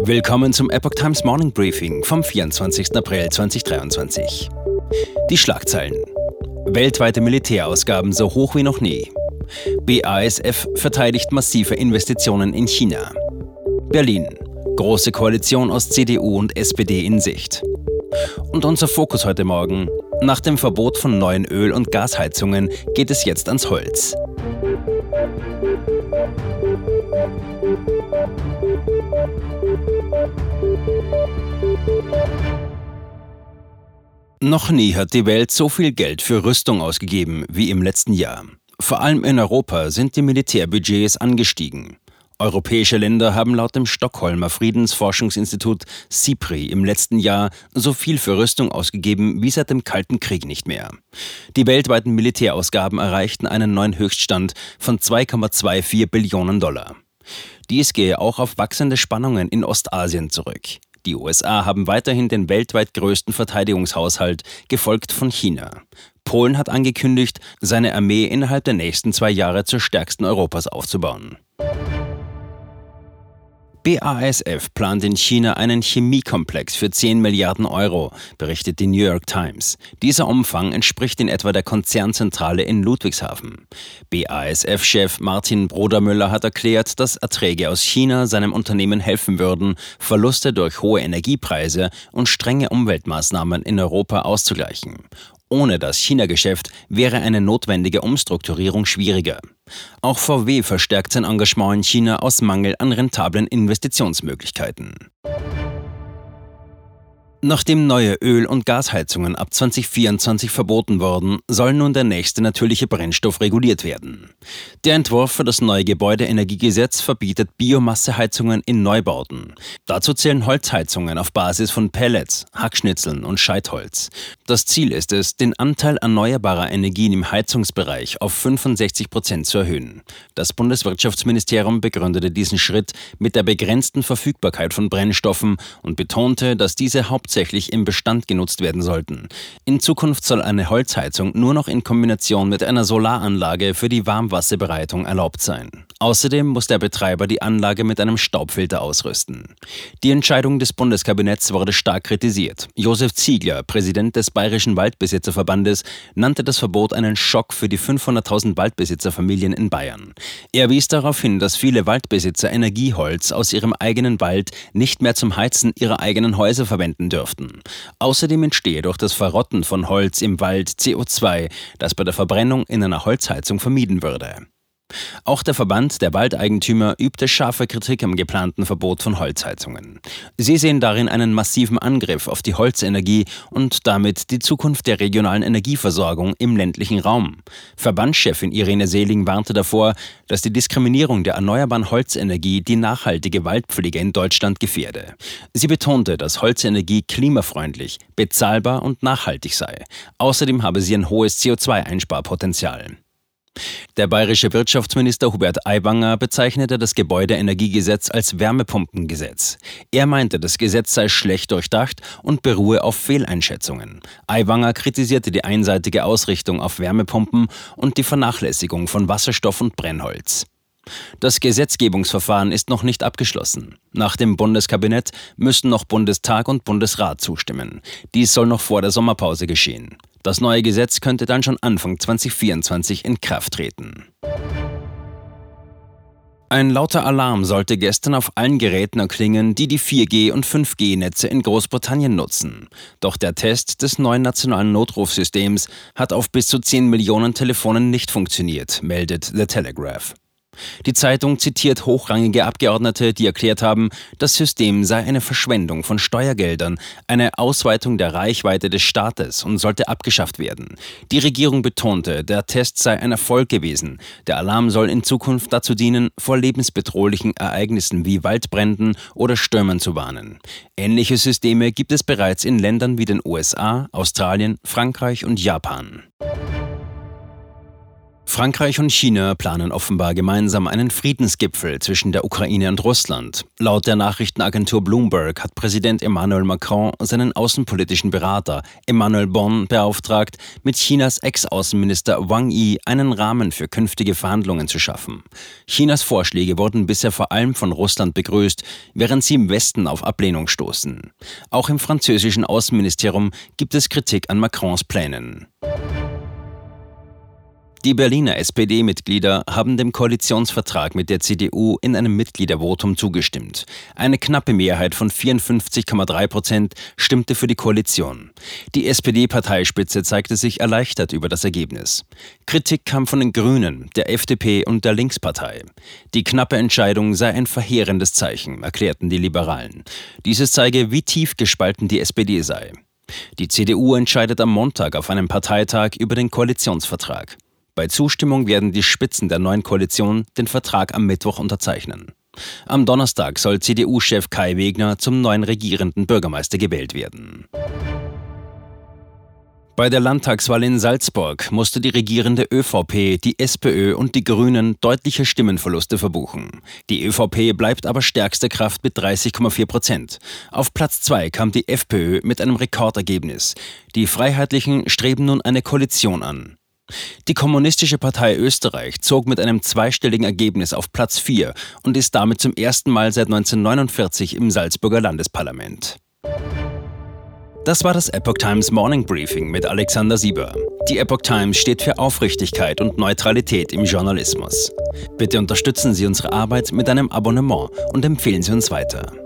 Willkommen zum Epoch Times Morning Briefing vom 24. April 2023. Die Schlagzeilen: Weltweite Militärausgaben so hoch wie noch nie. BASF verteidigt massive Investitionen in China. Berlin: Große Koalition aus CDU und SPD in Sicht. Und unser Fokus heute Morgen: Nach dem Verbot von neuen Öl- und Gasheizungen geht es jetzt ans Holz. Noch nie hat die Welt so viel Geld für Rüstung ausgegeben wie im letzten Jahr. Vor allem in Europa sind die Militärbudgets angestiegen. Europäische Länder haben laut dem Stockholmer Friedensforschungsinstitut SIPRI im letzten Jahr so viel für Rüstung ausgegeben wie seit dem Kalten Krieg nicht mehr. Die weltweiten Militärausgaben erreichten einen neuen Höchststand von 2,24 Billionen Dollar. Dies gehe auch auf wachsende Spannungen in Ostasien zurück. Die USA haben weiterhin den weltweit größten Verteidigungshaushalt, gefolgt von China. Polen hat angekündigt, seine Armee innerhalb der nächsten 2 Jahre zur stärksten Europas aufzubauen. BASF plant in China einen Chemiekomplex für 10 Milliarden Euro, berichtet die New York Times. Dieser Umfang entspricht in etwa der Konzernzentrale in Ludwigshafen. BASF-Chef Martin Brudermüller hat erklärt, dass Erträge aus China seinem Unternehmen helfen würden, Verluste durch hohe Energiepreise und strenge Umweltmaßnahmen in Europa auszugleichen. Ohne das China-Geschäft wäre eine notwendige Umstrukturierung schwieriger. Auch VW verstärkt sein Engagement in China aus Mangel an rentablen Investitionsmöglichkeiten. Nachdem neue Öl- und Gasheizungen ab 2024 verboten wurden, soll nun der nächste natürliche Brennstoff reguliert werden. Der Entwurf für das neue Gebäudeenergiegesetz verbietet Biomasseheizungen in Neubauten. Dazu zählen Holzheizungen auf Basis von Pellets, Hackschnitzeln und Scheitholz. Das Ziel ist es, den Anteil erneuerbarer Energien im Heizungsbereich auf 65% zu erhöhen. Das Bundeswirtschaftsministerium begründete diesen Schritt mit der begrenzten Verfügbarkeit von Brennstoffen und betonte, dass diese hauptsächlich im Bestand genutzt werden sollten. In Zukunft soll eine Holzheizung nur noch in Kombination mit einer Solaranlage für die Warmwasserbereitung erlaubt sein. Außerdem muss der Betreiber die Anlage mit einem Staubfilter ausrüsten. Die Entscheidung des Bundeskabinetts wurde stark kritisiert. Josef Ziegler, Präsident des Bayerischen Waldbesitzerverbandes, nannte das Verbot einen Schock für die 500.000 Waldbesitzerfamilien in Bayern. Er wies darauf hin, dass viele Waldbesitzer Energieholz aus ihrem eigenen Wald nicht mehr zum Heizen ihrer eigenen Häuser verwenden dürften. Außerdem entstehe durch das Verrotten von Holz im Wald CO2, das bei der Verbrennung in einer Holzheizung vermieden würde. Auch der Verband der Waldeigentümer übte scharfe Kritik am geplanten Verbot von Holzheizungen. Sie sehen darin einen massiven Angriff auf die Holzenergie und damit die Zukunft der regionalen Energieversorgung im ländlichen Raum. Verbandschefin Irene Seeling warnte davor, dass die Diskriminierung der erneuerbaren Holzenergie die nachhaltige Waldpflege in Deutschland gefährde. Sie betonte, dass Holzenergie klimafreundlich, bezahlbar und nachhaltig sei. Außerdem habe sie ein hohes CO2-Einsparpotenzial. Der bayerische Wirtschaftsminister Hubert Aiwanger bezeichnete das Gebäudeenergiegesetz als Wärmepumpengesetz. Er meinte, das Gesetz sei schlecht durchdacht und beruhe auf Fehleinschätzungen. Aiwanger kritisierte die einseitige Ausrichtung auf Wärmepumpen und die Vernachlässigung von Wasserstoff und Brennholz. Das Gesetzgebungsverfahren ist noch nicht abgeschlossen. Nach dem Bundeskabinett müssen noch Bundestag und Bundesrat zustimmen. Dies soll noch vor der Sommerpause geschehen. Das neue Gesetz könnte dann schon Anfang 2024 in Kraft treten. Ein lauter Alarm sollte gestern auf allen Geräten erklingen, die die 4G- und 5G-Netze in Großbritannien nutzen. Doch der Test des neuen nationalen Notrufsystems hat auf bis zu 10 Millionen Telefonen nicht funktioniert, meldet The Telegraph. Die Zeitung zitiert hochrangige Abgeordnete, die erklärt haben, das System sei eine Verschwendung von Steuergeldern, eine Ausweitung der Reichweite des Staates und sollte abgeschafft werden. Die Regierung betonte, der Test sei ein Erfolg gewesen. Der Alarm soll in Zukunft dazu dienen, vor lebensbedrohlichen Ereignissen wie Waldbränden oder Stürmen zu warnen. Ähnliche Systeme gibt es bereits in Ländern wie den USA, Australien, Frankreich und Japan. Frankreich und China planen offenbar gemeinsam einen Friedensgipfel zwischen der Ukraine und Russland. Laut der Nachrichtenagentur Bloomberg hat Präsident Emmanuel Macron seinen außenpolitischen Berater Emmanuel Bon beauftragt, mit Chinas Ex-Außenminister Wang Yi einen Rahmen für künftige Verhandlungen zu schaffen. Chinas Vorschläge wurden bisher vor allem von Russland begrüßt, während sie im Westen auf Ablehnung stoßen. Auch im französischen Außenministerium gibt es Kritik an Macrons Plänen. Die Berliner SPD-Mitglieder haben dem Koalitionsvertrag mit der CDU in einem Mitgliedervotum zugestimmt. Eine knappe Mehrheit von 54,3% stimmte für die Koalition. Die SPD-Parteispitze zeigte sich erleichtert über das Ergebnis. Kritik kam von den Grünen, der FDP und der Linkspartei. Die knappe Entscheidung sei ein verheerendes Zeichen, erklärten die Liberalen. Dieses zeige, wie tief gespalten die SPD sei. Die CDU entscheidet am Montag auf einem Parteitag über den Koalitionsvertrag. Bei Zustimmung werden die Spitzen der neuen Koalition den Vertrag am Mittwoch unterzeichnen. Am Donnerstag soll CDU-Chef Kai Wegner zum neuen regierenden Bürgermeister gewählt werden. Bei der Landtagswahl in Salzburg musste die regierende ÖVP, die SPÖ und die Grünen deutliche Stimmenverluste verbuchen. Die ÖVP bleibt aber stärkste Kraft mit 30,4%. Auf Platz 2 kam die FPÖ mit einem Rekordergebnis. Die Freiheitlichen streben nun eine Koalition an. Die Kommunistische Partei Österreich zog mit einem zweistelligen Ergebnis auf Platz 4 und ist damit zum ersten Mal seit 1949 im Salzburger Landesparlament. Das war das Epoch Times Morning Briefing mit Alexander Sieber. Die Epoch Times steht für Aufrichtigkeit und Neutralität im Journalismus. Bitte unterstützen Sie unsere Arbeit mit einem Abonnement und empfehlen Sie uns weiter.